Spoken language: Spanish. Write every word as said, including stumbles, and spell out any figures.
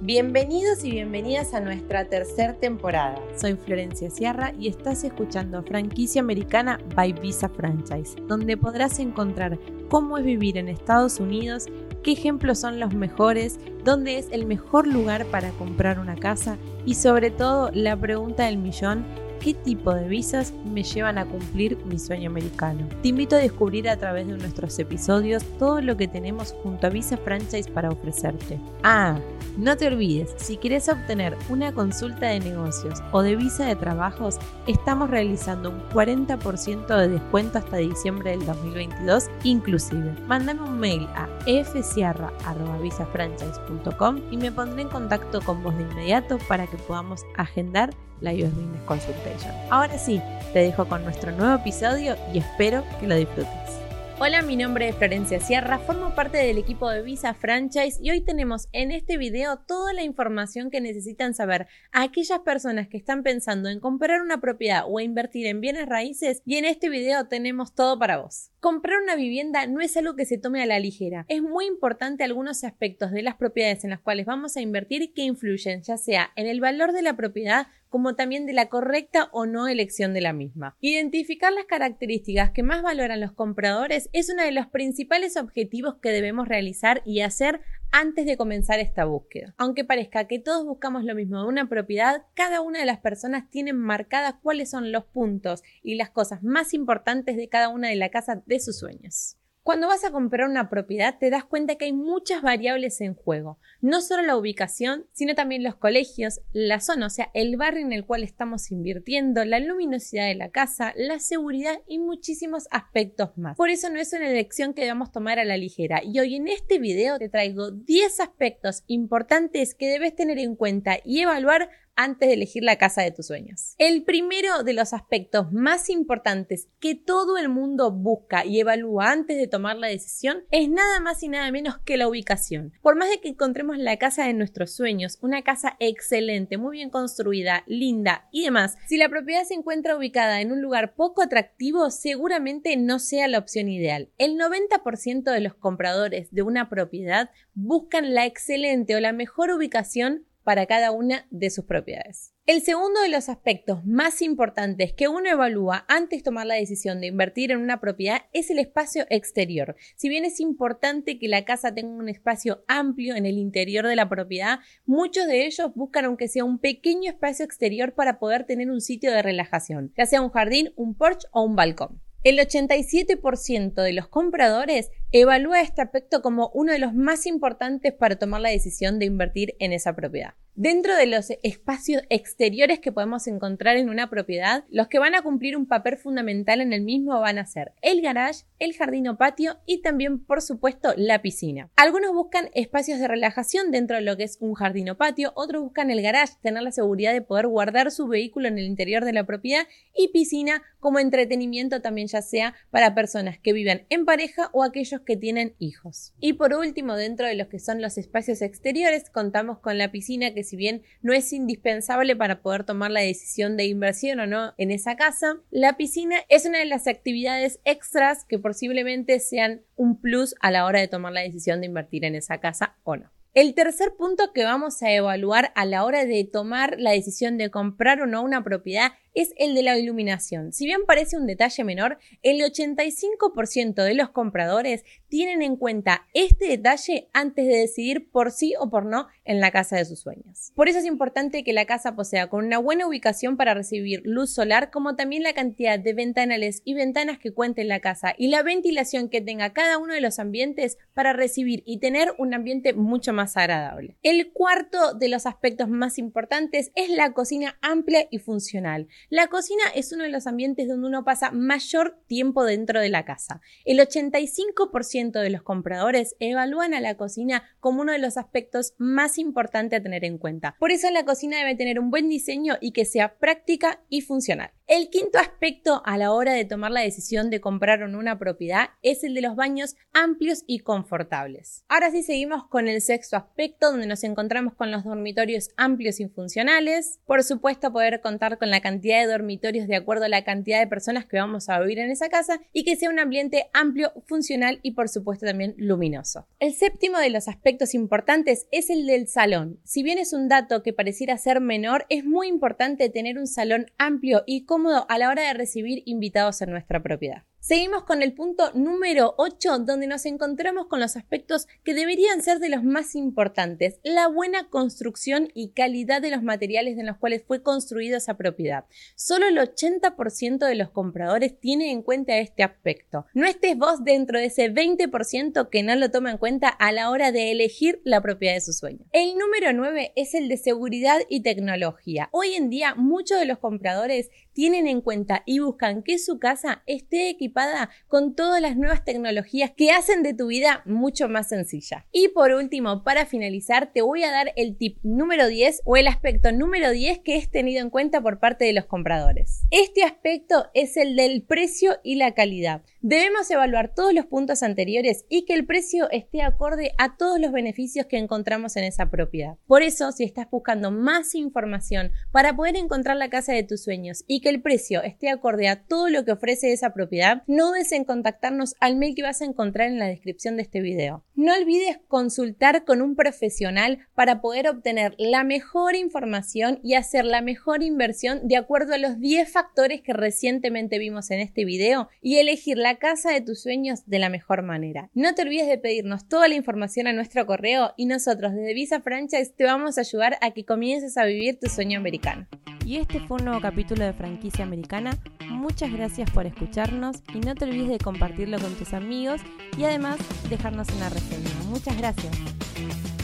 Bienvenidos y bienvenidas a nuestra tercera temporada. Soy Florencia Sierra y estás escuchando Franquicia Americana by Visa Franchise, donde podrás encontrar cómo es vivir en Estados Unidos, qué ejemplos son los mejores, dónde es el mejor lugar para comprar una casa y sobre todo la pregunta del millón: ¿qué tipo de visas me llevan a cumplir mi sueño americano? Te invito a descubrir a través de nuestros episodios todo lo que tenemos junto a Visa Franchise para ofrecerte. Ah, no te olvides, si quieres obtener una consulta de negocios o de visa de trabajos, estamos realizando un cuarenta por ciento de descuento hasta diciembre del dos mil veintidós inclusive. Mándame un mail a f sierra arroba visa franchise punto com y me pondré en contacto con vos de inmediato para que podamos agendar la Your Business Consultation. Ahora sí, te dejo con nuestro nuevo episodio y espero que lo disfrutes. Hola, mi nombre es Florencia Sierra, formo parte del equipo de Visa Franchise y hoy tenemos en este video toda la información que necesitan saber a aquellas personas que están pensando en comprar una propiedad o invertir en bienes raíces, y en este video tenemos todo para vos. Comprar una vivienda no es algo que se tome a la ligera. Es muy importante algunos aspectos de las propiedades en las cuales vamos a invertir que influyen ya sea en el valor de la propiedad como también de la correcta o no elección de la misma. Identificar las características que más valoran los compradores es uno de los principales objetivos que debemos realizar y hacer antes de comenzar esta búsqueda. Aunque parezca que todos buscamos lo mismo de una propiedad, cada una de las personas tiene marcadas cuáles son los puntos y las cosas más importantes de cada una de la casa de sus sueños. Cuando vas a comprar una propiedad te das cuenta que hay muchas variables en juego, no solo la ubicación, sino también los colegios, la zona, o sea, el barrio en el cual estamos invirtiendo, la luminosidad de la casa, la seguridad y muchísimos aspectos más. Por eso no es una elección que debamos tomar a la ligera, y hoy en este video te traigo diez aspectos importantes que debes tener en cuenta y evaluar antes de elegir la casa de tus sueños. El primero de los aspectos más importantes que todo el mundo busca y evalúa antes de tomar la decisión es nada más y nada menos que la ubicación. Por más de que encontremos la casa de nuestros sueños, una casa excelente, muy bien construida, linda y demás, si la propiedad se encuentra ubicada en un lugar poco atractivo, seguramente no sea la opción ideal. El noventa por ciento de los compradores de una propiedad buscan la excelente o la mejor ubicación para cada una de sus propiedades. El segundo de los aspectos más importantes que uno evalúa antes de tomar la decisión de invertir en una propiedad es el espacio exterior. Si bien es importante que la casa tenga un espacio amplio en el interior de la propiedad, muchos de ellos buscan aunque sea un pequeño espacio exterior para poder tener un sitio de relajación, ya sea un jardín, un porche o un balcón. El ochenta y siete por ciento de los compradores evalúa este aspecto como uno de los más importantes para tomar la decisión de invertir en esa propiedad. Dentro de los espacios exteriores que podemos encontrar en una propiedad, los que van a cumplir un papel fundamental en el mismo van a ser el garage, el jardín o patio y también, por supuesto, la piscina. Algunos buscan espacios de relajación dentro de lo que es un jardín o patio, otros buscan el garage, tener la seguridad de poder guardar su vehículo en el interior de la propiedad, y piscina como entretenimiento también, ya sea para personas que vivan en pareja o aquellos que tienen hijos. Y por último, dentro de los que son los espacios exteriores, contamos con la piscina, que si bien no es indispensable para poder tomar la decisión de inversión o no en esa casa, la piscina es una de las actividades extras que posiblemente sean un plus a la hora de tomar la decisión de invertir en esa casa o no. El tercer punto que vamos a evaluar a la hora de tomar la decisión de comprar o no una propiedad es el de la iluminación. Si bien parece un detalle menor, el ochenta y cinco por ciento de los compradores tienen en cuenta este detalle antes de decidir por sí o por no en la casa de sus sueños. Por eso es importante que la casa posea con una buena ubicación para recibir luz solar, como también la cantidad de ventanales y ventanas que cuente en la casa y la ventilación que tenga cada uno de los ambientes para recibir y tener un ambiente mucho más agradable. El cuarto de los aspectos más importantes es la cocina amplia y funcional. La cocina es uno de los ambientes donde uno pasa mayor tiempo dentro de la casa. El ochenta y cinco por ciento de los compradores evalúan a la cocina como uno de los aspectos más importantes a tener en cuenta. Por eso la cocina debe tener un buen diseño y que sea práctica y funcional. El quinto aspecto a la hora de tomar la decisión de comprar o no una propiedad es el de los baños amplios y confortables. Ahora sí seguimos con el sexto aspecto, donde nos encontramos con los dormitorios amplios y funcionales. Por supuesto, poder contar con la cantidad de dormitorios de acuerdo a la cantidad de personas que vamos a vivir en esa casa y que sea un ambiente amplio, funcional y por supuesto también luminoso. El séptimo de los aspectos importantes es el del salón. Si bien es un dato que pareciera ser menor, es muy importante tener un salón amplio y cómodo a la hora de recibir invitados en nuestra propiedad. Seguimos con el punto número ocho, donde nos encontramos con los aspectos que deberían ser de los más importantes: la buena construcción y calidad de los materiales en los cuales fue construida esa propiedad. Solo el ochenta por ciento de los compradores tiene en cuenta este aspecto. No estés vos dentro de ese veinte por ciento que no lo toma en cuenta a la hora de elegir la propiedad de su sueño. El número nueve es el de seguridad y tecnología. Hoy en día muchos de los compradores tienen en cuenta y buscan que su casa esté equipada con todas las nuevas tecnologías que hacen de tu vida mucho más sencilla. Y por último, para finalizar, te voy a dar el tip número diez o el aspecto número diez que es tenido en cuenta por parte de los compradores. Este aspecto es el del precio y la calidad. Debemos evaluar todos los puntos anteriores y que el precio esté acorde a todos los beneficios que encontramos en esa propiedad. Por eso, si estás buscando más información para poder encontrar la casa de tus sueños y que el precio esté acorde a todo lo que ofrece esa propiedad, no dudes en contactarnos al mail que vas a encontrar en la descripción de este video. No olvides consultar con un profesional para poder obtener la mejor información y hacer la mejor inversión de acuerdo a los diez factores que recientemente vimos en este video y elegir la casa de tus sueños de la mejor manera. No te olvides de pedirnos toda la información a nuestro correo y nosotros desde Visa Franchise te vamos a ayudar a que comiences a vivir tu sueño americano. Y este fue un nuevo capítulo de Franquicia Americana. Muchas gracias por escucharnos y no te olvides de compartirlo con tus amigos y además dejarnos una reseña. Muchas gracias.